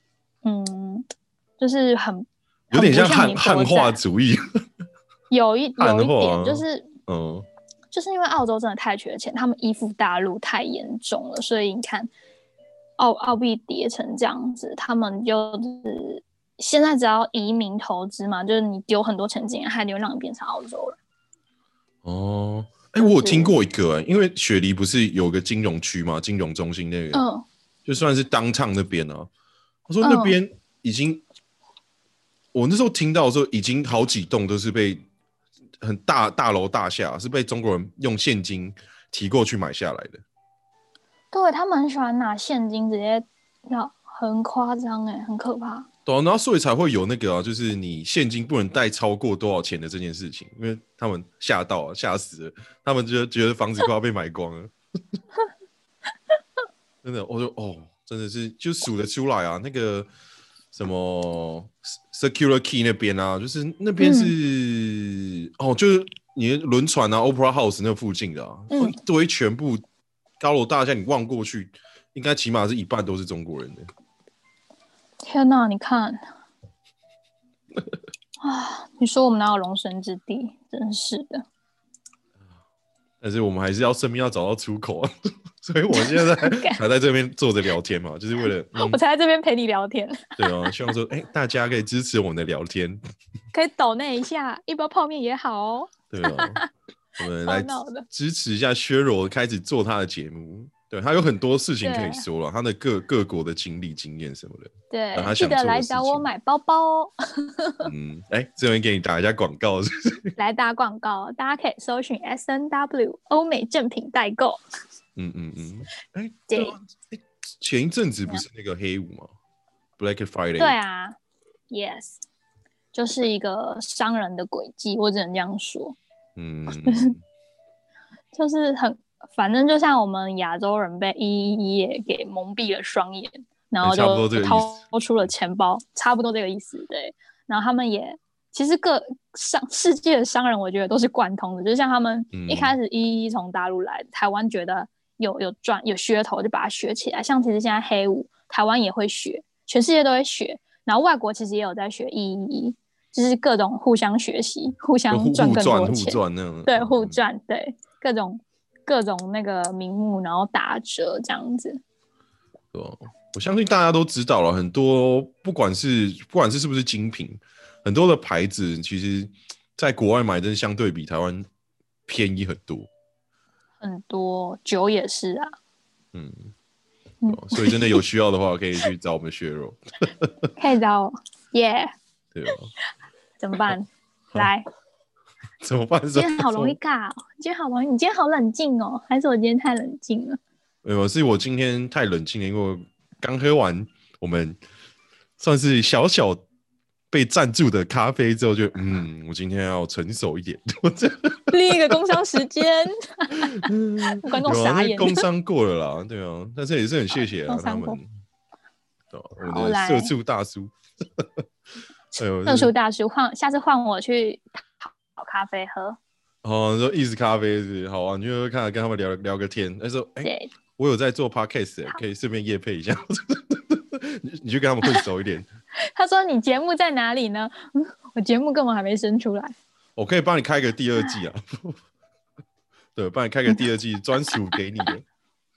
就是有点像汉化主义， 有一点就是，就是因为澳洲真的太缺钱，他们依附大陆太严重了，所以你看澳币跌成这样子，他们就是现在只要移民投资嘛，就是你丢很多钱进来，它就让你变成澳洲了。 我有听过一个，因为雪梨不是有个金融区嘛，金融中心那个，就算是downtown那边啊，他说那边已经。我那时候听到的时候，已经好几栋都是被很大楼大厦，是被中国人用现金提过去买下来的。 对，他们很喜欢拿现金直接，很夸张很可怕。 对啊，然后所以才会有那个啊，就是你现金不能带超过多少钱的这件事情，因为他们吓到了，吓死了，他们就觉得房子快要被买光了。真的，我就真的是就数得出来啊，那个什么 Secure Key 那边啊，就是那边是、就是你的轮船啊 ，Opera House 那附近的啊，一堆全部高楼大厦，你望过去，应该起码是一半都是中国人的。 天哪，你看啊！你说我们哪有容身之地？真是的。 但是我们还是要生命要找到出口啊，所以我现在才在这边坐着聊天嘛，就是为了、 我才在这边陪你聊天。 对啊，希望说大家可以支持我们的聊天， 可以抖那一下，一包泡面也好哦。 对啊，我们来支持一下薛柔开始做他的节目。对，他有很多事情可以说了，他的各国的经历、经验什么的。 对，记得来找我买包包哦。 这边给你打一下广告是不是？ 来打广告，大家可以搜寻 SNW 欧美正品代购。 对，前一阵子不是那个黑五吗 ？Black Friday。 对啊 ，Yes， 就是一个商人的诡计，我只能这样说。就是反正就像我们亚洲人被111也给蒙蔽了双眼，然后就掏出了钱包，差不多这个意思。对，然后他们也其实世界的商人，我觉得都是贯通的，就像他们一开始111从大陆来，台湾觉得有噱头，就把它学起来。像其实现在黑五，台湾也会学，全世界都会学，然后外国其实也有在学111，就是各种互相学习，互相赚更多钱，对，互赚，对，各种那个名目，然后打折这样子。 我相信大家都知道了，很多不管是是不是精品，很多的牌子其实在国外买真的相对比台湾便宜很多。 很多酒也是啊。 所以真的有需要的话，可以去找我们薛柔。 可以找我，耶！ 对啊。 怎么办？来。 怎么办？ 今天好容易尬哦，今天好容易，你今天好冷静哦，还是我今天太冷静了？ 没有，是我今天太冷静了，因为我刚喝完我们算是小小被赞助的咖啡之后就，我今天要成熟一点。 另一个工商时间，观众傻眼。 工商过了啦，对啊，但是也是很谢谢他们，我的社畜大叔。 社畜大叔，下次换我去讨咖啡喝。 说意式咖啡是好啊，你就看跟他们聊个天。他说，我有在做 podcast， 可以顺便业配一下。你就跟他们混熟一点。 他说你节目在哪里呢？我节目根本还没生出来。 我可以帮你开个第二季啊。对，帮你开个第二季，专属给你的。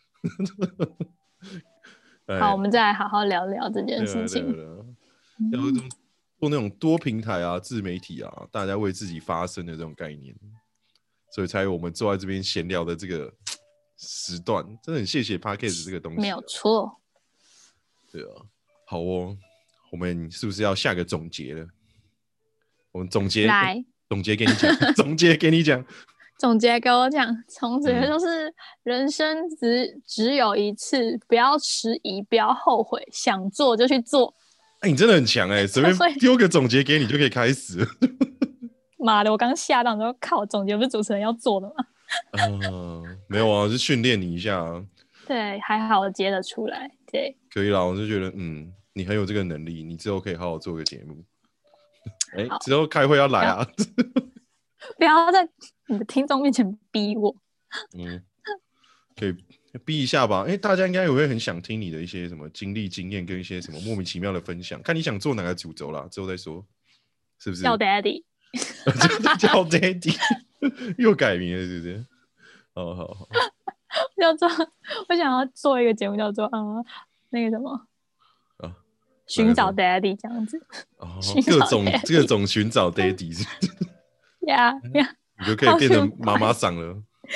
好，我们再来好好聊聊这件事情。 要做那种多平台啊、自媒体啊，大家为自己发声的这种概念，所以才有我们坐在这边闲聊的这个时段。真的很谢谢 Podcast 这个东西。 没有错。 对啊，好哦，我们是不是要下个总结了？我们总结给你讲，总结给你讲。 总结给我讲，总结就是人生只有一次，不要迟疑，不要后悔，想做就去做。 你真的很强随便丢个总结给你就可以开始了。 妈的，我刚吓到，你说靠，总结不是主持人要做的吗？ 没有啊，是训练你一下啊。 对，还好我接得出来。对， 可以啦，我就觉得你很有这个能力，你之后可以好好做个节目。之后开会要来啊。 不要在你的听众面前逼我。 可以逼一下吧。大家应该也会很想听你的一些什么经历、经验跟一些什么莫名其妙的分享。看你想做哪个主轴啦，之后再说，是不是？ 叫 Daddy， 叫 Daddy， 又改名了，是不是？好。 叫做我想要做一个节目，叫做那个什么寻找 Daddy 这样子。 各种寻找 Daddy。 呀， 你就可以变成妈妈桑了。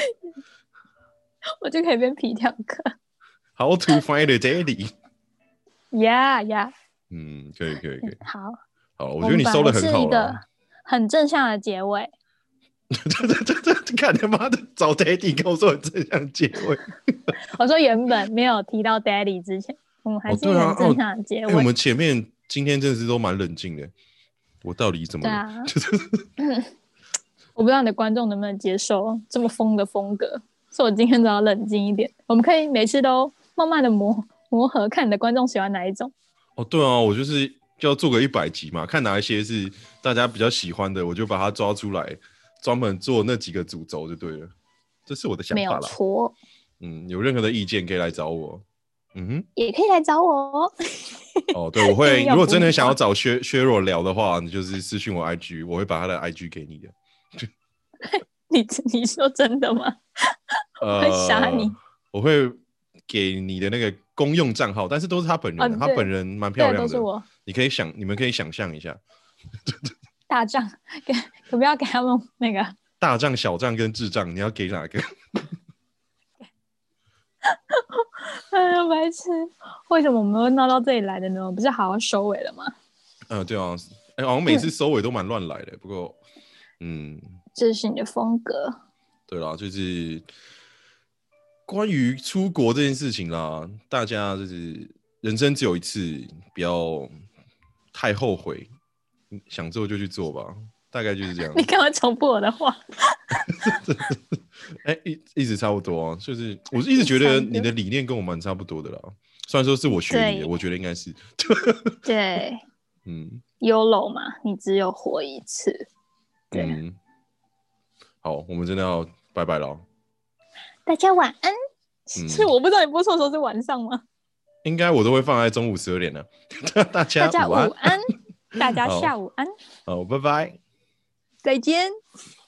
我就可以变皮条客。 How to find a daddy？ Yeah。 可以。 好， 我觉得你收得很好了。 是一个很正向的结尾。 看他妈的找 Daddy 告诉我正向结尾。 我说原本没有提到 Daddy 之前，我们还是一个很正向的结尾。 我们前面今天真的是都蛮冷静的，我到底怎么了？ 对啊，我不知道你的观众能不能接受这么疯的风格，所以我今天只要冷静一点。我们可以每次都慢慢的磨合，看你的观众喜欢哪一种。 哦，对啊，我就是要做个100集嘛，看哪一些是大家比较喜欢的，我就把它抓出来，专门做那几个主轴就对了。这是我的想法啦。 没有错。 有任何的意见可以来找我。 也可以来找我哦。 哦，对，我会。如果真的想要找薛若聊的话，你就是私讯我 IG， 我会把他的 IG 给你的。 你说真的吗？我会杀你。 我会给你的那个公用账号，但是都是他本人的，他本人蛮漂亮的。 对，都是我。 你们可以想象一下。 大账，可不要给他们那个大账、小账跟智障，你要给哪个？ 哎呀，白痴！为什么我们会闹到这里来的呢？不是好好收尾了吗？ 对啊，好像每次收尾都蛮乱来的。不过， 这是你的风格。 对啦，就是关于出国这件事情啦，大家就是人生只有一次，不要太后悔，想做就去做吧，大概就是这样。 你干嘛重复我的话？ 一直差不多啊，就是我一直觉得你的理念跟我蛮差不多的啦。虽然说是我学你的，我觉得应该是。 对，YOLO 嘛，你只有活一次。对， 好，我们真的要拜拜了。 大家晚安。是我不知道你播错的时候是晚上吗？ 应该我都会放在中午12点的。大家午安， 大家下午安。 好，拜拜， 再见。